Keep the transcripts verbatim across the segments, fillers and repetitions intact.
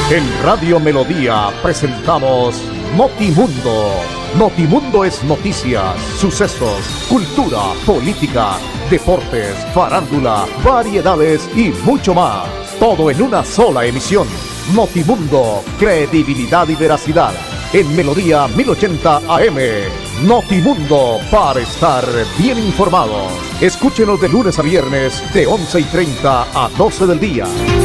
En Radio Melodía presentamos Notimundo. Notimundo es noticias, sucesos, cultura, política, deportes, farándula, variedades y mucho más. Todo en una sola emisión. Notimundo, credibilidad y veracidad. En Melodía mil ochenta A M. Notimundo, para estar bien informados. Escúchenos de lunes a viernes de once y treinta a doce del día.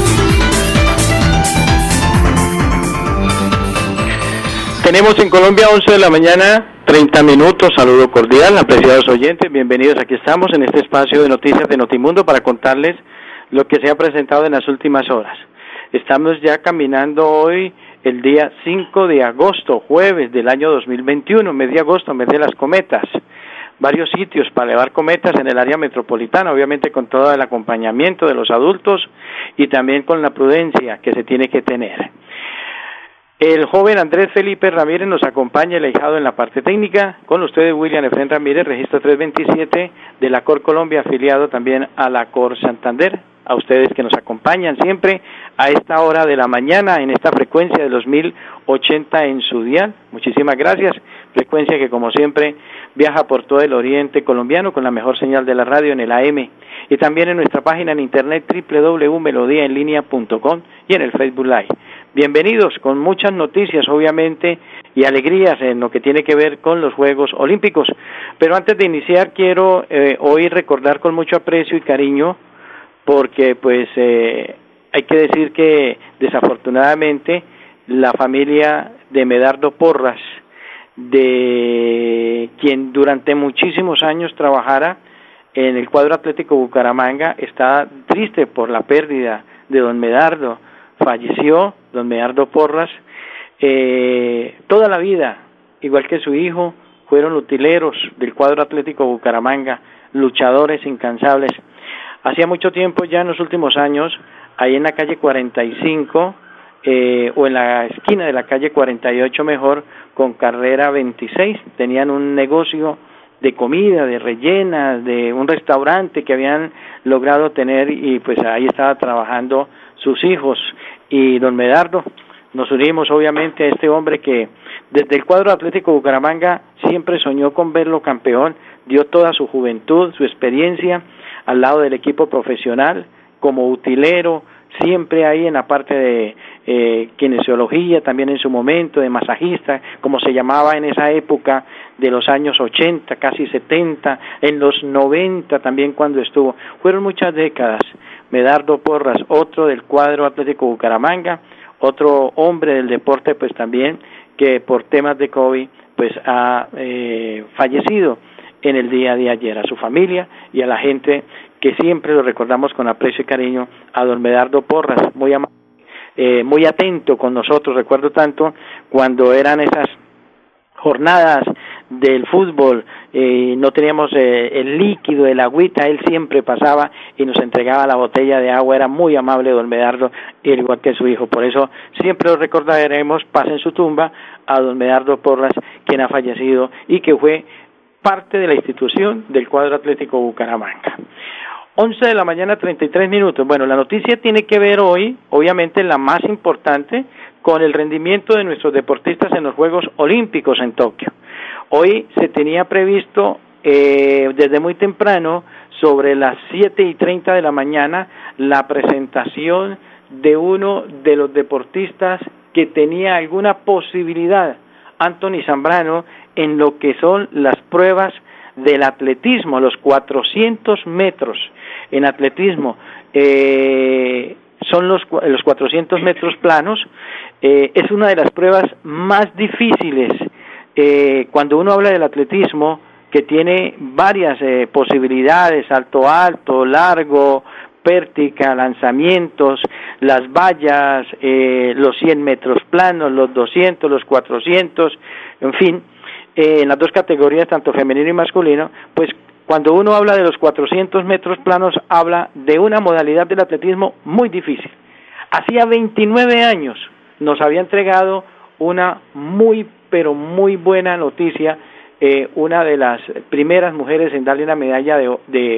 Tenemos en Colombia once de la mañana, treinta minutos. Saludo cordial, apreciados oyentes. Bienvenidos, aquí estamos en este espacio de noticias de Notimundo para contarles lo que se ha presentado en las últimas horas. Estamos ya caminando hoy el día cinco de agosto, jueves del año dos mil veintiuno, mes de agosto, mes de las cometas. Varios sitios para elevar cometas en el área metropolitana, obviamente con todo el acompañamiento de los adultos y también con la prudencia que se tiene que tener. El joven Andrés Felipe Ramírez nos acompaña, el ahijado en la parte técnica. Con ustedes William Efrén Ramírez, registro trescientos veintisiete de la Cor Colombia, afiliado también a la Cor Santander. A ustedes que nos acompañan siempre a esta hora de la mañana en esta frecuencia de los mil ochenta en su dial. Muchísimas gracias. Frecuencia que como siempre viaja por todo el oriente colombiano con la mejor señal de la radio en el A M y también en nuestra página en internet doble u doble u doble u punto melodía en línea punto com y en el Facebook Live. Bienvenidos con muchas noticias obviamente y alegrías en lo que tiene que ver con los Juegos Olímpicos. Pero antes de iniciar quiero eh, hoy recordar con mucho aprecio y cariño, porque pues eh, hay que decir que desafortunadamente la familia de Medardo Porras, de quien durante muchísimos años trabajara en el cuadro Atlético Bucaramanga, está triste por la pérdida de don Medardo. Falleció don Medardo Porras, eh, toda la vida, igual que su hijo, fueron utileros del cuadro Atlético Bucaramanga, luchadores incansables. Hacía mucho tiempo, ya en los últimos años, ahí en la calle cuarenta y cinco, eh, o en la esquina de la calle cuarenta y ocho mejor, con carrera veintiséis, tenían un negocio de comida, de rellenas, de un restaurante que habían logrado tener y pues ahí estaba trabajando sus hijos y don Medardo. Nos unimos obviamente a este hombre que desde el cuadro Atlético Bucaramanga siempre soñó con verlo campeón, dio toda su juventud, su experiencia al lado del equipo profesional, como utilero, siempre ahí en la parte de eh, kinesiología, también en su momento, de masajista, como se llamaba en esa época de los años ochenta, casi setenta, en los noventa también cuando estuvo. Fueron muchas décadas. Medardo Porras, otro del cuadro Atlético Bucaramanga, otro hombre del deporte pues también, que por temas de COVID pues ha eh, fallecido en el día de ayer. A su familia y a la gente que siempre lo recordamos con aprecio y cariño, a don Medardo Porras, muy amable, eh, muy atento con nosotros. Recuerdo tanto cuando eran esas jornadas del fútbol, eh, no teníamos eh, el líquido, el agüita, él siempre pasaba y nos entregaba la botella de agua. Era muy amable don Medardo, igual que su hijo. Por eso siempre lo recordaremos, paz en su tumba, a don Medardo Porras, quien ha fallecido y que fue parte de la institución del cuadro Atlético Bucaramanga. once de la mañana, treinta y tres minutos. Bueno, la noticia tiene que ver hoy, obviamente la más importante, con el rendimiento de nuestros deportistas en los Juegos Olímpicos en Tokio. Hoy se tenía previsto eh, desde muy temprano, sobre las siete y treinta de la mañana, la presentación de uno de los deportistas que tenía alguna posibilidad, Anthony Zambrano, en lo que son las pruebas del atletismo, los cuatrocientos metros en atletismo. Eh, son los, los cuatrocientos metros planos, eh, es una de las pruebas más difíciles. Eh, cuando uno habla del atletismo, que tiene varias eh, posibilidades, salto alto, largo, pértica, lanzamientos, las vallas, eh, los cien metros planos, los doscientos, los cuatrocientos, en fin, eh, en las dos categorías, tanto femenino y masculino, pues cuando uno habla de los cuatrocientos metros planos, habla de una modalidad del atletismo muy difícil. Hacía veintinueve años nos había entregado una muy, pero muy buena noticia, eh, una de las primeras mujeres en darle una medalla de, de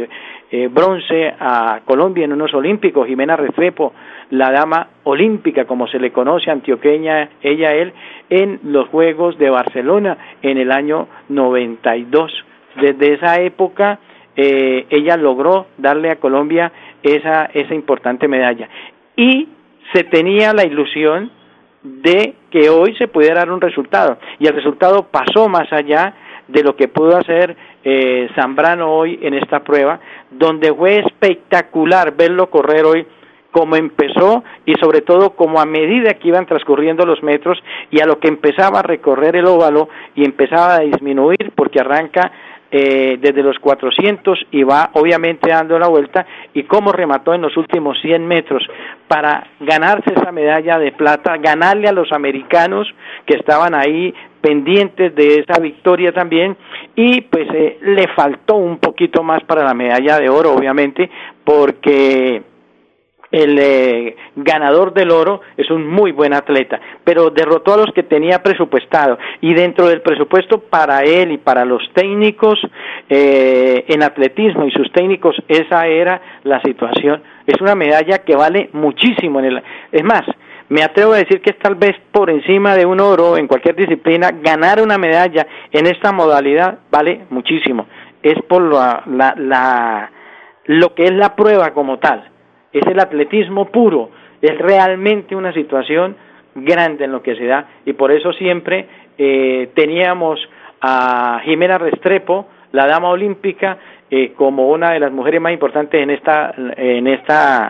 eh, bronce a Colombia en unos olímpicos. Jimena Restrepo, la dama olímpica, como se le conoce, antioqueña, ella, él, en los Juegos de Barcelona en el año noventa y dos. Desde esa época, eh, ella logró darle a Colombia esa, esa importante medalla. Y se tenía la ilusión de que hoy se pudiera dar un resultado, y el resultado pasó más allá de lo que pudo hacer eh, Zambrano hoy en esta prueba, donde fue espectacular verlo correr hoy, como empezó, y sobre todo como a medida que iban transcurriendo los metros y a lo que empezaba a recorrer el óvalo y empezaba a disminuir, porque arranca Eh, desde los cuatrocientos y va obviamente dando la vuelta, y cómo remató en los últimos cien metros para ganarse esa medalla de plata, ganarle a los americanos que estaban ahí pendientes de esa victoria también, y pues eh, le faltó un poquito más para la medalla de oro, obviamente, porque el eh, ganador del oro es un muy buen atleta, pero derrotó a los que tenía presupuestado, y dentro del presupuesto para él y para los técnicos eh, en atletismo y sus técnicos, esa era la situación. Es una medalla que vale muchísimo, en el, es más, me atrevo a decir que es tal vez por encima de un oro en cualquier disciplina. Ganar una medalla en esta modalidad vale muchísimo, es por la, la, la, lo que es la prueba como tal. Es el atletismo puro, es realmente una situación grande en lo que se da, y por eso siempre eh, teníamos a Jimena Restrepo, la dama olímpica, eh, como una de las mujeres más importantes en esta, en esta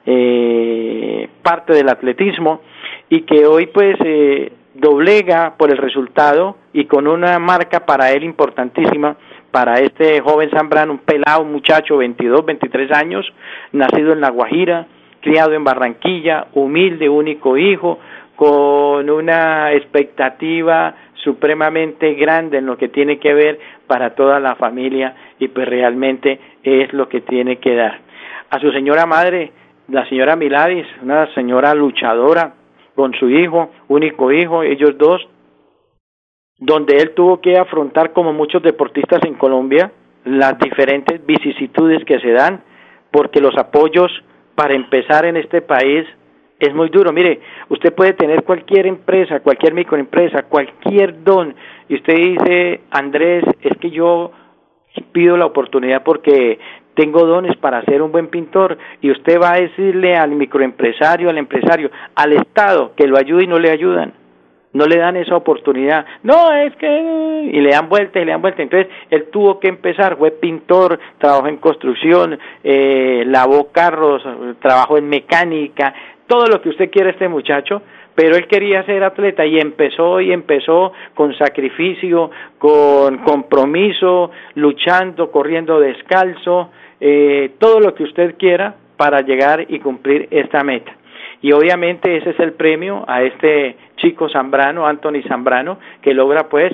eh, parte del atletismo, y que hoy pues eh, doblega por el resultado y con una marca para él importantísima, para este joven Zambrano, un pelado, un muchacho, veintidós, veintitrés años, nacido en La Guajira, criado en Barranquilla, humilde, único hijo, con una expectativa supremamente grande en lo que tiene que ver para toda la familia, y pues realmente es lo que tiene que dar. A su señora madre, la señora Miladis, una señora luchadora, con su hijo, único hijo, ellos dos, donde él tuvo que afrontar, como muchos deportistas en Colombia, las diferentes vicisitudes que se dan, porque los apoyos para empezar en este país es muy duro. Mire, usted puede tener cualquier empresa, cualquier microempresa, cualquier don, y usted dice, Andrés, es que yo pido la oportunidad porque tengo dones para ser un buen pintor, y usted va a decirle al microempresario, al empresario, al Estado, que lo ayude, y no le ayudan. No le dan esa oportunidad, no, es que, y le dan vuelta y le dan vuelta. Entonces él tuvo que empezar, fue pintor, trabajó en construcción, eh, lavó carros, trabajó en mecánica, todo lo que usted quiere este muchacho, pero él quería ser atleta, y empezó y empezó con sacrificio, con compromiso, luchando, corriendo descalzo, eh, todo lo que usted quiera para llegar y cumplir esta meta. Y obviamente ese es el premio a este chico Zambrano, Anthony Zambrano, que logra pues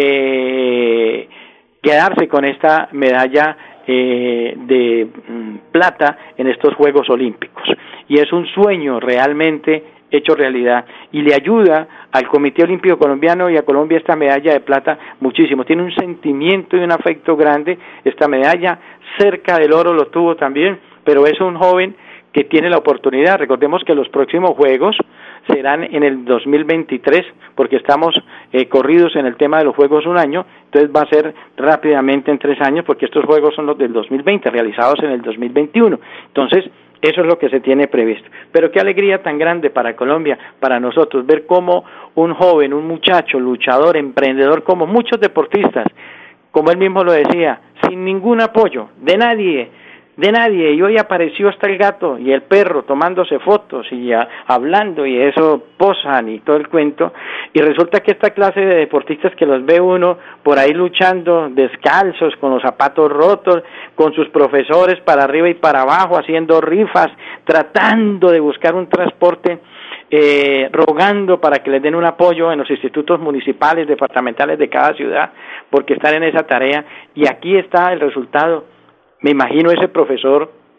eh, quedarse con esta medalla eh, de mm, plata en estos Juegos Olímpicos. Y es un sueño realmente hecho realidad, y le ayuda al Comité Olímpico Colombiano y a Colombia esta medalla de plata muchísimo. Tiene un sentimiento y un afecto grande esta medalla, cerca del oro lo tuvo también, pero es un joven que tiene la oportunidad. Recordemos que los próximos Juegos serán en el dos mil veintitrés, porque estamos eh, corridos en el tema de los Juegos un año, entonces va a ser rápidamente en tres años, porque estos Juegos son los del dos mil veinte, realizados en el dos mil veintiuno. Entonces, eso es lo que se tiene previsto. Pero qué alegría tan grande para Colombia, para nosotros, ver cómo un joven, un muchacho, luchador, emprendedor, como muchos deportistas, como él mismo lo decía, sin ningún apoyo de nadie, de nadie, y hoy apareció hasta el gato y el perro tomándose fotos y ya, hablando, y eso posan y todo el cuento, y resulta que esta clase de deportistas que los ve uno por ahí luchando descalzos, con los zapatos rotos, con sus profesores para arriba y para abajo, haciendo rifas, tratando de buscar un transporte, eh, rogando para que les den un apoyo en los institutos municipales, departamentales de cada ciudad, porque están en esa tarea, y aquí está el resultado. Me imagino ese profesor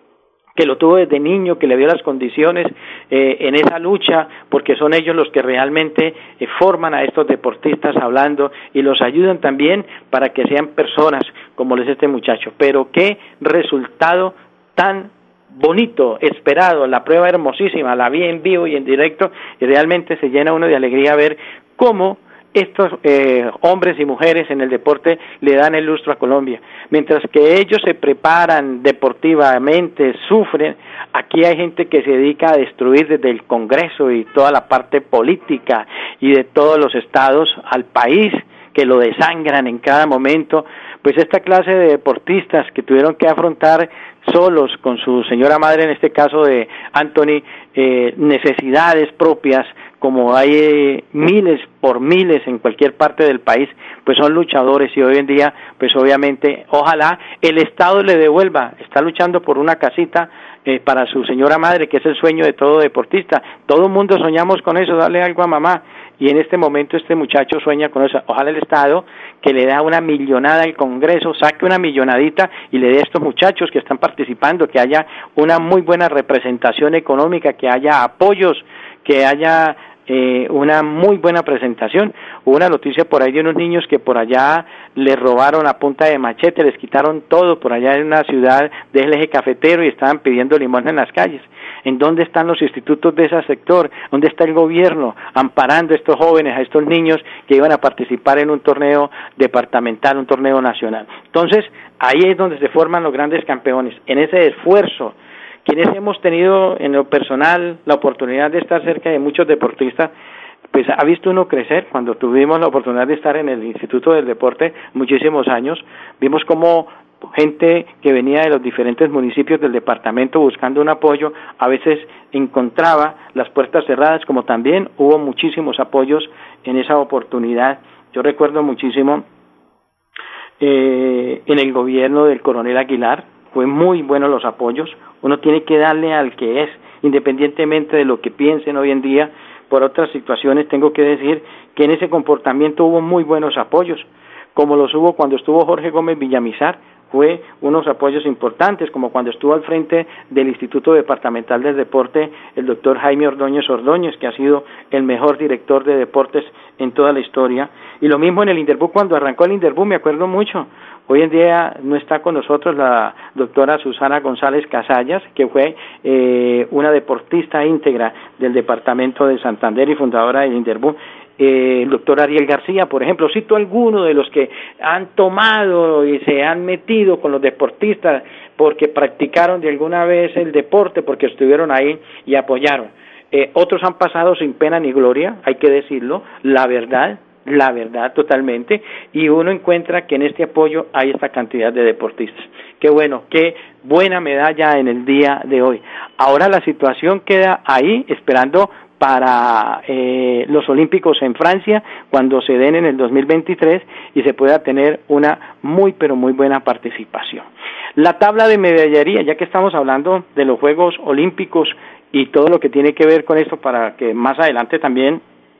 que lo tuvo desde niño, que le vio las condiciones eh, en esa lucha, porque son ellos los que realmente eh, forman a estos deportistas hablando y los ayudan también para que sean personas como es este muchacho. Pero qué resultado tan bonito, esperado, la prueba hermosísima, la vi en vivo y en directo, y realmente se llena uno de alegría ver cómo estos eh, hombres y mujeres en el deporte le dan el lustro a Colombia. Mientras que ellos se preparan deportivamente, sufren, aquí hay gente que se dedica a destruir desde el Congreso y toda la parte política y de todos los estados al país, que lo desangran en cada momento. Pues esta clase de deportistas que tuvieron que afrontar solos con su señora madre, en este caso de Anthony, eh, necesidades propias, como hay eh, miles por miles en cualquier parte del país, pues son luchadores, y hoy en día, pues obviamente, ojalá el Estado le devuelva, está luchando por una casita eh, para su señora madre, que es el sueño de todo deportista. Todo el mundo soñamos con eso, darle algo a mamá, y en este momento este muchacho sueña con eso. Ojalá el Estado, que le da una millonada al Congreso, saque una millonadita y le dé a estos muchachos que están participando, que haya una muy buena representación económica, que haya apoyos, que haya eh, una muy buena presentación. Hubo una noticia por ahí de unos niños que por allá les robaron a punta de machete, les quitaron todo por allá en una ciudad del eje cafetero y estaban pidiendo limosna en las calles. ¿En dónde están los institutos de ese sector? ¿Dónde está el gobierno amparando a estos jóvenes, a estos niños que iban a participar en un torneo departamental, un torneo nacional? Entonces, ahí es donde se forman los grandes campeones, en ese esfuerzo. Quienes hemos tenido en lo personal la oportunidad de estar cerca de muchos deportistas, pues ha visto uno crecer. Cuando tuvimos la oportunidad de estar en el Instituto del Deporte muchísimos años, vimos cómo gente que venía de los diferentes municipios del departamento buscando un apoyo, a veces encontraba las puertas cerradas, como también hubo muchísimos apoyos en esa oportunidad. Yo recuerdo muchísimo eh, en el gobierno del coronel Aguilar, fue muy bueno los apoyos. Uno tiene que darle al que es, independientemente de lo que piensen hoy en día. Por otras situaciones tengo que decir que en ese comportamiento hubo muy buenos apoyos, como los hubo cuando estuvo Jorge Gómez Villamizar. Fue unos apoyos importantes, como cuando estuvo al frente del Instituto Departamental del Deporte el doctor Jaime Ordóñez Ordóñez, que ha sido el mejor director de deportes en toda la historia. Y lo mismo en el Inderbú, cuando arrancó el Inderbú, me acuerdo mucho. Hoy en día no está con nosotros la doctora Susana González Casallas, que fue eh, una deportista íntegra del departamento de Santander y fundadora del Inderbú. Eh, el doctor Ariel García, por ejemplo, cito algunos de los que han tomado y se han metido con los deportistas porque practicaron de alguna vez el deporte, porque estuvieron ahí y apoyaron. Eh, otros han pasado sin pena ni gloria, hay que decirlo, la verdad, la verdad totalmente, y uno encuentra que en este apoyo hay esta cantidad de deportistas. Qué bueno, qué buena medalla en el día de hoy. Ahora la situación queda ahí esperando para eh, los Olímpicos en Francia, cuando se den en el dos mil veintitrés y se pueda tener una muy pero muy buena participación. La tabla de medallería, ya que estamos hablando de los Juegos Olímpicos y todo lo que tiene que ver con esto, para que más adelante también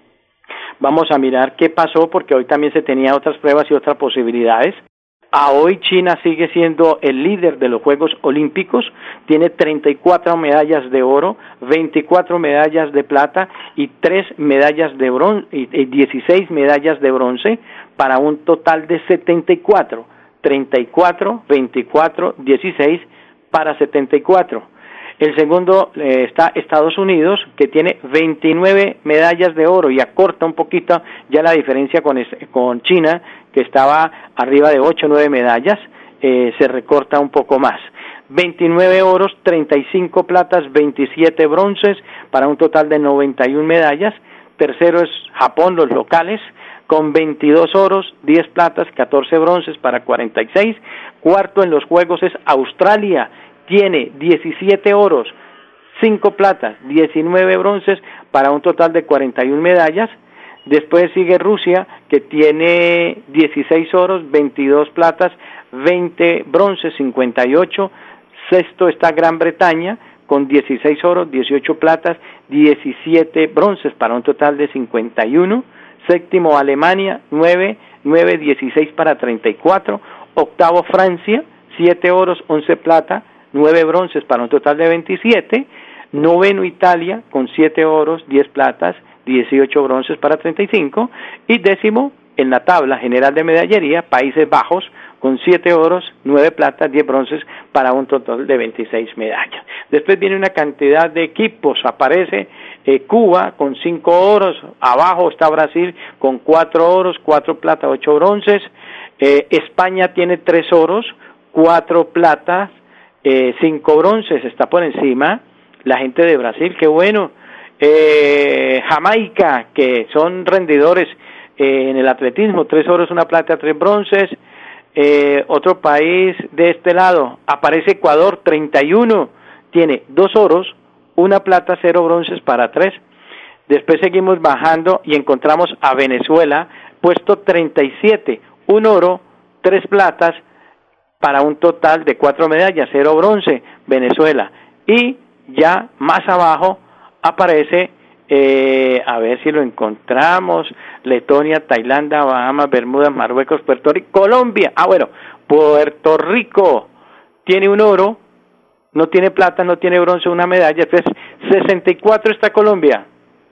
vamos a mirar qué pasó, porque hoy también se tenía otras pruebas y otras posibilidades. A hoy China sigue siendo el líder de los Juegos Olímpicos, tiene treinta y cuatro medallas de oro, veinticuatro medallas de plata y tres medallas de bronce, y dieciséis medallas de bronce, para un total de setenta y cuatro, treinta y cuatro, veinticuatro, dieciséis para setenta y cuatro. El segundo eh, está Estados Unidos, que tiene veintinueve medallas de oro y acorta un poquito ya la diferencia con, con China, que estaba arriba de ocho o nueve medallas, eh, se recorta un poco más. veintinueve oros, treinta y cinco platas, veintisiete bronces, para un total de noventa y una medallas. Tercero es Japón, los locales, con veintidós oros, diez platas, catorce bronces, para cuarenta y seis. Cuarto en los Juegos es Australia, tiene diecisiete oros, cinco platas, diecinueve bronces, para un total de cuarenta y una medallas. Después sigue Rusia, que tiene dieciséis oros, veintidós platas, veinte bronces, cincuenta y ocho. Sexto está Gran Bretaña, con dieciséis oros, dieciocho platas, diecisiete bronces, para un total de cincuenta y uno. Séptimo Alemania, nueve, nueve, dieciséis para treinta y cuatro. Octavo Francia, siete oros, once plata, nueve bronces para un total de veintisiete. Noveno Italia con siete oros, diez platas, dieciocho bronces para treinta y cinco. Y décimo en la tabla general de medallería, Países Bajos con siete oros, nueve platas, diez bronces para un total de veintiséis medallas. Después viene una cantidad de equipos, aparece eh, Cuba con cinco oros, abajo está Brasil con cuatro oros, cuatro platas, ocho bronces. Eh, España tiene tres oros, cuatro platas, eh, cinco bronces, está por encima la gente de Brasil, qué bueno. Eh, Jamaica, que son rendidores eh, en el atletismo, tres oros, una plata, tres bronces. Eh, otro país de este lado, aparece Ecuador, treinta y uno, tiene dos oros, una plata, cero bronces para tres. Después seguimos bajando y encontramos a Venezuela, puesto treinta y siete, un oro, tres platas, para un total de cuatro medallas, cero bronce, Venezuela. Y ya más abajo aparece, eh, a ver si lo encontramos, Letonia, Tailandia, Bahamas, Bermudas, Marruecos, Puerto Rico, Colombia. Ah, bueno, Puerto Rico tiene un oro, no tiene plata, no tiene bronce, una medalla. Entonces, sesenta y cuatro está Colombia.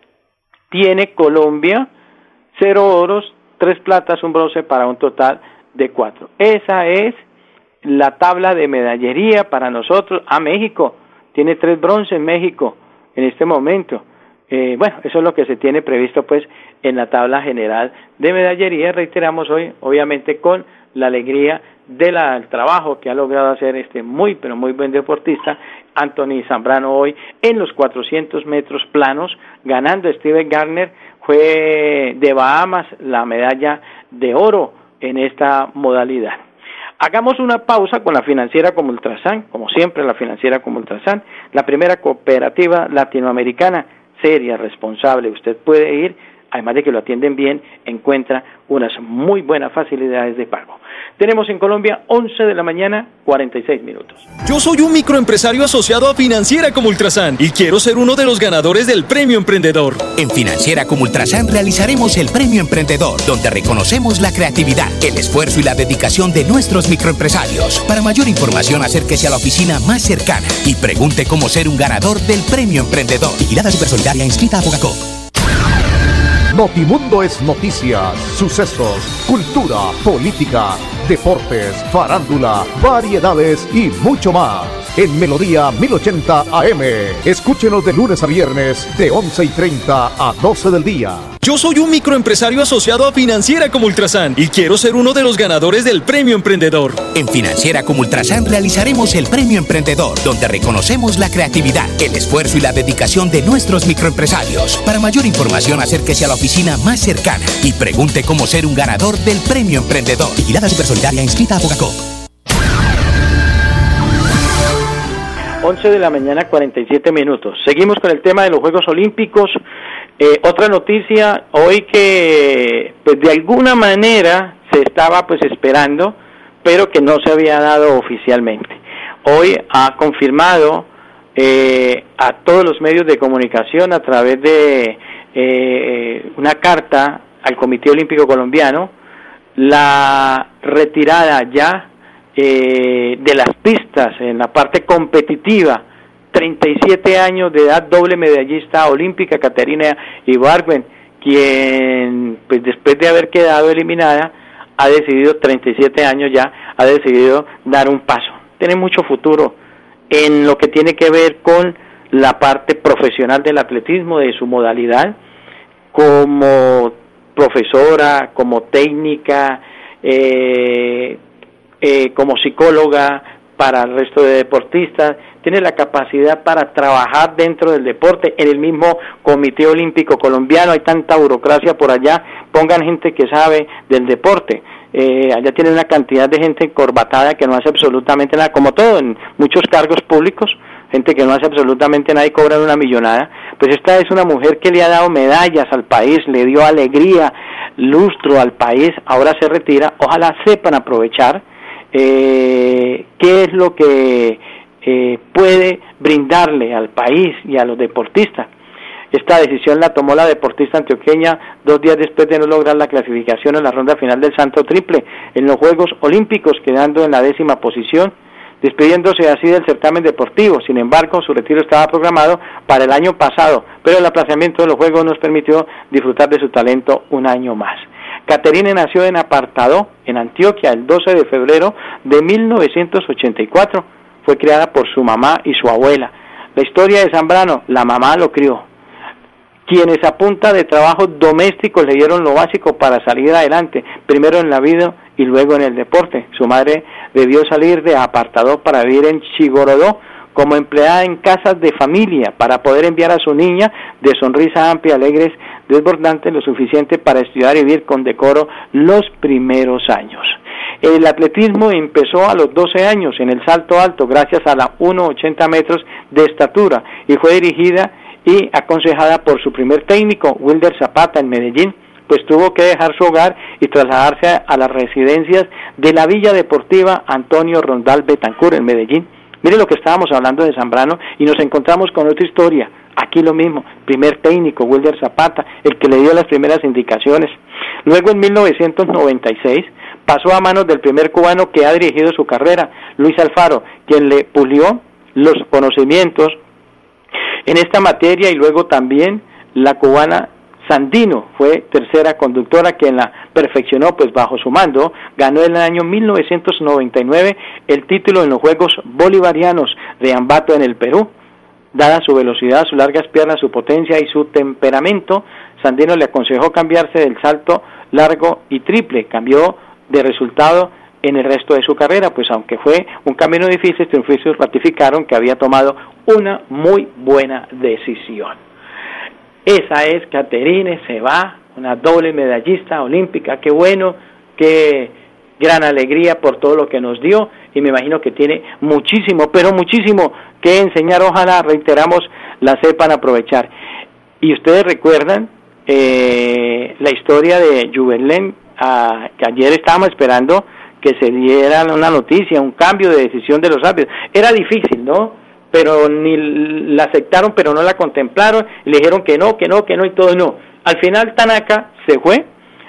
Tiene Colombia cero oros, tres platas, un bronce para un total de cuatro. Esa es la tabla de medallería para nosotros. A México tiene tres bronces, México en este momento. Eh, bueno, eso es lo que se tiene previsto pues en la tabla general de medallería. Reiteramos hoy, obviamente con la alegría del trabajo que ha logrado hacer este muy pero muy buen deportista Anthony Zambrano hoy en los cuatrocientos metros planos, ganando. Steven Garner fue de Bahamas la medalla de oro en esta modalidad. Hagamos una pausa con la financiera como Ultrasan, como siempre la financiera como Ultrasan, la primera cooperativa latinoamericana, seria, responsable. Usted puede ir, además de que lo atienden bien, encuentra unas muy buenas facilidades de pago. Tenemos en Colombia once de la mañana, cuarenta y seis minutos. Yo soy un microempresario asociado a Financiera como Ultrasan y quiero ser uno de los ganadores del Premio Emprendedor. En Financiera como Ultrasan realizaremos el Premio Emprendedor, donde reconocemos la creatividad, el esfuerzo y la dedicación de nuestros microempresarios. Para mayor información, acérquese a la oficina más cercana y pregunte cómo ser un ganador del Premio Emprendedor. Vigilada Supersolidaria, inscrita a Fogacop. Notimundo es noticias, sucesos, cultura, política, deportes, farándula, variedades y mucho más. En Melodía mil ochenta A M. Escúchenos de lunes a viernes de once y treinta a doce del día. Yo soy un microempresario asociado a Financiera como Ultrasan y quiero ser uno de los ganadores del Premio Emprendedor. En Financiera como Ultrasan realizaremos el Premio Emprendedor, donde reconocemos la creatividad, el esfuerzo y la dedicación de nuestros microempresarios. Para mayor información, acérquese a la oficina más cercana y pregunte cómo ser un ganador del Premio Emprendedor. Vigilada Supersolidaria, inscrita a Fogacop. once de la mañana, cuarenta y siete minutos. Seguimos con el tema de los Juegos Olímpicos. Eh, otra noticia, hoy que pues de alguna manera se estaba pues esperando, pero que no se había dado oficialmente. Hoy ha confirmado eh, a todos los medios de comunicación a través de eh, una carta al Comité Olímpico Colombiano la retirada ya Eh, de las pistas en la parte competitiva. Treinta y siete años de edad, doble medallista olímpica, Caterina Ibargüen, quien pues después de haber quedado eliminada ha decidido, treinta y siete años ya, ha decidido dar un paso. Tiene mucho futuro en lo que tiene que ver con la parte profesional del atletismo, de su modalidad, como profesora, como técnica, eh, Eh, como psicóloga para el resto de deportistas, tiene la capacidad para trabajar dentro del deporte, en el mismo Comité Olímpico Colombiano. Hay tanta burocracia por allá, pongan gente que sabe del deporte. Eh, allá tienen una cantidad de gente encorbatada que no hace absolutamente nada, como todo, en muchos cargos públicos, gente que no hace absolutamente nada y cobran una millonada. Pues esta es una mujer que le ha dado medallas al país, le dio alegría, lustro al país, ahora se retira. Ojalá sepan aprovechar Eh, qué es lo que eh, puede brindarle al país y a los deportistas. Esta decisión la tomó la deportista antioqueña dos días después de no lograr la clasificación en la ronda final del Santo Triple en los Juegos Olímpicos, quedando en la décima posición. despidiéndose así del certamen deportivo. Sin embargo, su retiro estaba programado para el año pasado, pero el aplazamiento de los Juegos nos permitió disfrutar de su talento un año más. Caterine nació en Apartadó, en Antioquia, el doce de febrero de mil novecientos ochenta y cuatro. Fue criada por su mamá y su abuela. La historia de Zambrano: la mamá lo crió, quienes a punta de trabajos domésticos le dieron lo básico para salir adelante, primero en la vida y luego en el deporte. Su madre debió salir de Apartadó para vivir en Chigorodó como empleada en casas de familia para poder enviar a su niña, de sonrisa amplia, alegres, desbordante, lo suficiente para estudiar y vivir con decoro los primeros años. El atletismo empezó a los doce años en el salto alto gracias a la uno ochenta metros de estatura y fue dirigida y aconsejada por su primer técnico, Wilder Zapata, en Medellín, pues tuvo que dejar su hogar y trasladarse a las residencias de la Villa Deportiva Antonio Rondal Betancur en Medellín. Mire lo que estábamos hablando de Zambrano y nos encontramos con otra historia. Aquí lo mismo, primer técnico, Wilder Zapata, el que le dio las primeras indicaciones. Luego en mil novecientos noventa y seis pasó a manos del primer cubano que ha dirigido su carrera, Luis Alfaro, quien le pulió los conocimientos en esta materia, y luego también la cubana Sandino fue tercera conductora quien la perfeccionó, pues bajo su mando ganó en el año mil novecientos noventa y nueve el título en los Juegos Bolivarianos de Ambato en el Perú. Dada su velocidad, sus largas piernas, su potencia y su temperamento, Sandino le aconsejó cambiarse del salto largo y triple. Cambió de resultado en el resto de su carrera, pues aunque fue un camino difícil, triunfistas ratificaron que había tomado una muy buena decisión. Esa es Caterine, se va, una doble medallista olímpica. Qué bueno, qué gran alegría por todo lo que nos dio, y me imagino que tiene muchísimo, pero muchísimo que enseñar. Ojalá, reiteramos, la sepan aprovechar. Y ustedes recuerdan eh, la historia de Juvenlen, ah, que ayer estábamos esperando que se diera una noticia, un cambio de decisión de los árbitros. Era difícil, ¿no? Pero ni la aceptaron, pero no la contemplaron, y le dijeron que no, que no, que no, y todo no. Al final Tanaka se fue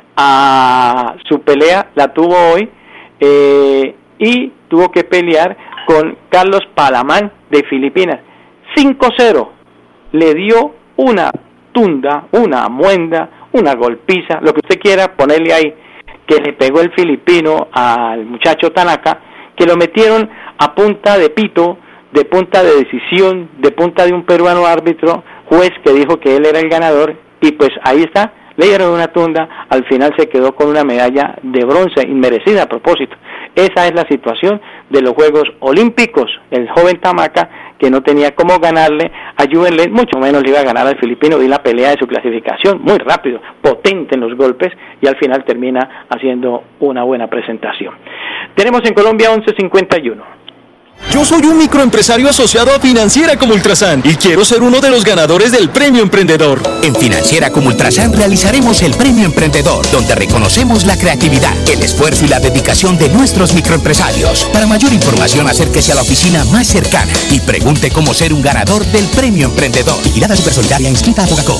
a su pelea, la tuvo hoy, eh, y tuvo que pelear con Carlos Palamán de Filipinas. cinco cero, le dio una tunda, una muenda, una golpiza, lo que usted quiera ponerle ahí, que le pegó el filipino al muchacho Tanaka, que lo metieron a punta de pito, de punta de decisión, de punta de un peruano árbitro, juez que dijo que él era el ganador, y pues ahí está, le dieron una tunda, al final se quedó con una medalla de bronce, inmerecida a propósito. Esa es la situación de los Juegos Olímpicos. El joven Tanaka, que no tenía cómo ganarle a Juvenlen, mucho menos le iba a ganar al filipino, vi la pelea de su clasificación, muy rápido, potente en los golpes, y al final termina haciendo una buena presentación. Tenemos en Colombia once cincuenta y uno. Yo soy un microempresario asociado a Financiera como Ultrasan y quiero ser uno de los ganadores del Premio Emprendedor. En Financiera como Ultrasan realizaremos el Premio Emprendedor, donde reconocemos la creatividad, el esfuerzo y la dedicación de nuestros microempresarios. Para mayor información, acérquese a la oficina más cercana y pregunte cómo ser un ganador del Premio Emprendedor. Vigilada Supersolidaria, inscrita a Fogacop.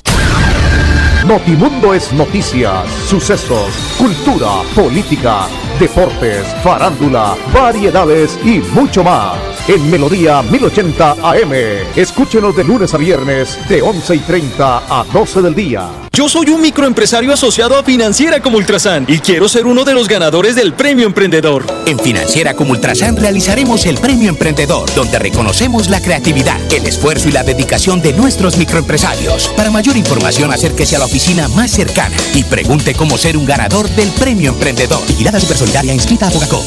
Notimundo es noticias, sucesos, cultura, política, deportes, farándula, variedades y mucho más. En Melodía mil ochenta A M. Escúchenos de lunes a viernes de once y treinta a doce del día. Yo soy un microempresario asociado a Financiera como Ultrasan y quiero ser uno de los ganadores del Premio Emprendedor. En Financiera como Ultrasan realizaremos el Premio Emprendedor, donde reconocemos la creatividad, el esfuerzo y la dedicación de nuestros microempresarios. Para mayor información, acérquese a la oficina más cercana y pregunte cómo ser un ganador del Premio Emprendedor. Vigilada Supersolidaria, inscrita a Fogacop.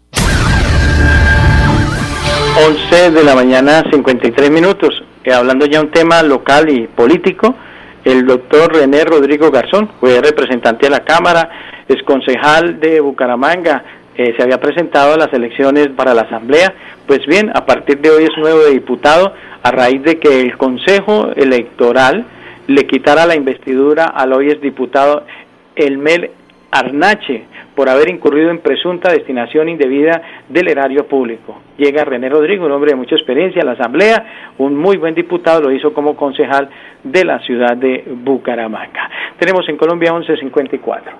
once de la mañana, cincuenta y tres minutos. Eh, hablando ya un tema local y político, el doctor René Rodrigo Garzón, fue representante de la Cámara, es concejal de Bucaramanga, eh, se había presentado a las elecciones para la Asamblea. Pues bien, a partir de hoy es nuevo diputado, a raíz de que el Consejo Electoral le quitara la investidura al hoy exdiputado Elmer Arnache por haber incurrido en presunta destinación indebida del erario público. Llega René Rodrigo, un hombre de mucha experiencia en la Asamblea, un muy buen diputado, lo hizo como concejal de la ciudad de Bucaramanga. Tenemos en Colombia once cincuenta y cuatro.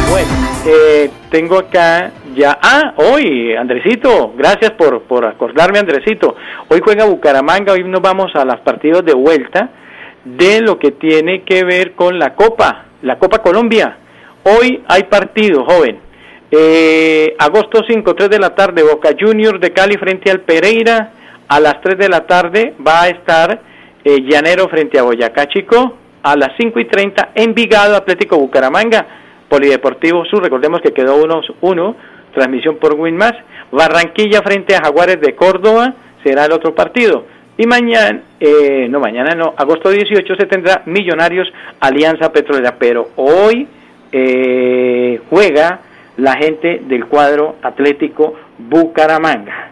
Bueno, eh, tengo acá ya... Ah, hoy, Andresito, gracias por, por acordarme, Andresito. Hoy juega Bucaramanga, hoy nos vamos a los partidos de vuelta de lo que tiene que ver con la Copa, la Copa Colombia. Hoy hay partido, joven. Eh, agosto cinco, tres de la tarde, Boca Juniors de Cali frente al Pereira. A las tres de la tarde va a estar eh, Llanero frente a Boyacá Chico. A las cinco y treinta, Envigado, Atlético Bucaramanga. Polideportivo Sur, recordemos que quedó uno uno, transmisión por Winmas. Barranquilla frente a Jaguares de Córdoba, será el otro partido. Y mañana, eh, no mañana no, agosto dieciocho se tendrá Millonarios Alianza Petrolera, pero hoy eh, juega la gente del cuadro Atlético Bucaramanga.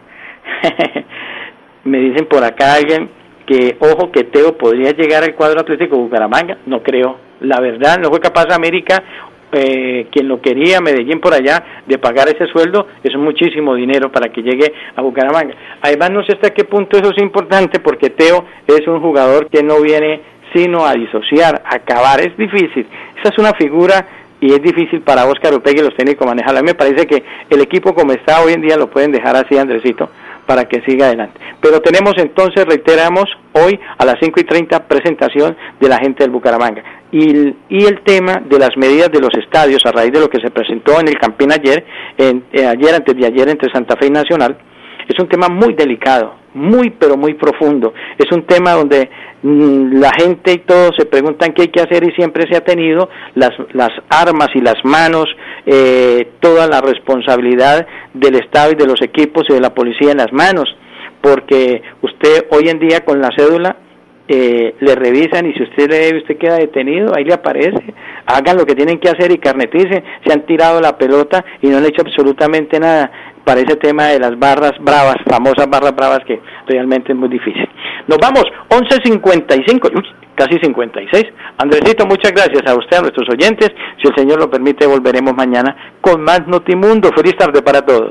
Me dicen por acá alguien que, ojo, que Teo podría llegar al cuadro Atlético Bucaramanga, no creo, la verdad, no fue capaz América, eh, quien lo quería, Medellín por allá, de pagar ese sueldo, eso es muchísimo dinero para que llegue a Bucaramanga. Además, no sé hasta qué punto eso es importante, porque Teo es un jugador que no viene sino a disociar, a acabar, es difícil, esa es una figura y es difícil para Óscar Upegui y los técnicos manejarla. A mí me parece que el equipo como está hoy en día lo pueden dejar así, Andresito, para que siga adelante. Pero tenemos entonces, reiteramos, hoy a las cinco y treinta presentación de la gente del Bucaramanga. Y, y el tema de las medidas de los estadios a raíz de lo que se presentó en el Campín ayer, en, eh, ayer, antes de ayer, entre Santa Fe y Nacional, es un tema muy delicado, muy pero muy profundo. Es un tema donde mmm, la gente y todos se preguntan qué hay que hacer y siempre se ha tenido las, las armas y las manos, eh, toda la responsabilidad del Estado y de los equipos y de la policía en las manos, porque usted hoy en día con la cédula eh, le revisan y si usted le debe, usted queda detenido, ahí le aparece. Hagan lo que tienen que hacer y carneticen. Se han tirado la pelota y no han hecho absolutamente nada para ese tema de las barras bravas, famosas barras bravas, que realmente es muy difícil. Nos vamos, once cincuenta y cinco, uy, casi cincuenta y seis. Andresito, muchas gracias a usted, a nuestros oyentes. Si el Señor lo permite, volveremos mañana con más Notimundo. Feliz tarde para todos.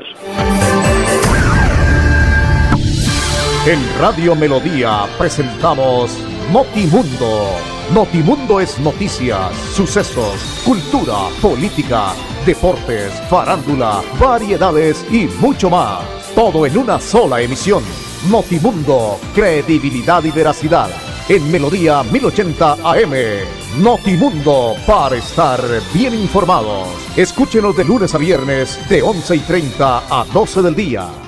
En Radio Melodía presentamos Notimundo. Notimundo es noticias, sucesos, cultura, política, deportes, farándula, variedades y mucho más. Todo en una sola emisión. Notimundo, credibilidad y veracidad. En Melodía mil ochenta A M. Notimundo, para estar bien informados. Escúchenos de lunes a viernes de once y treinta a doce del día.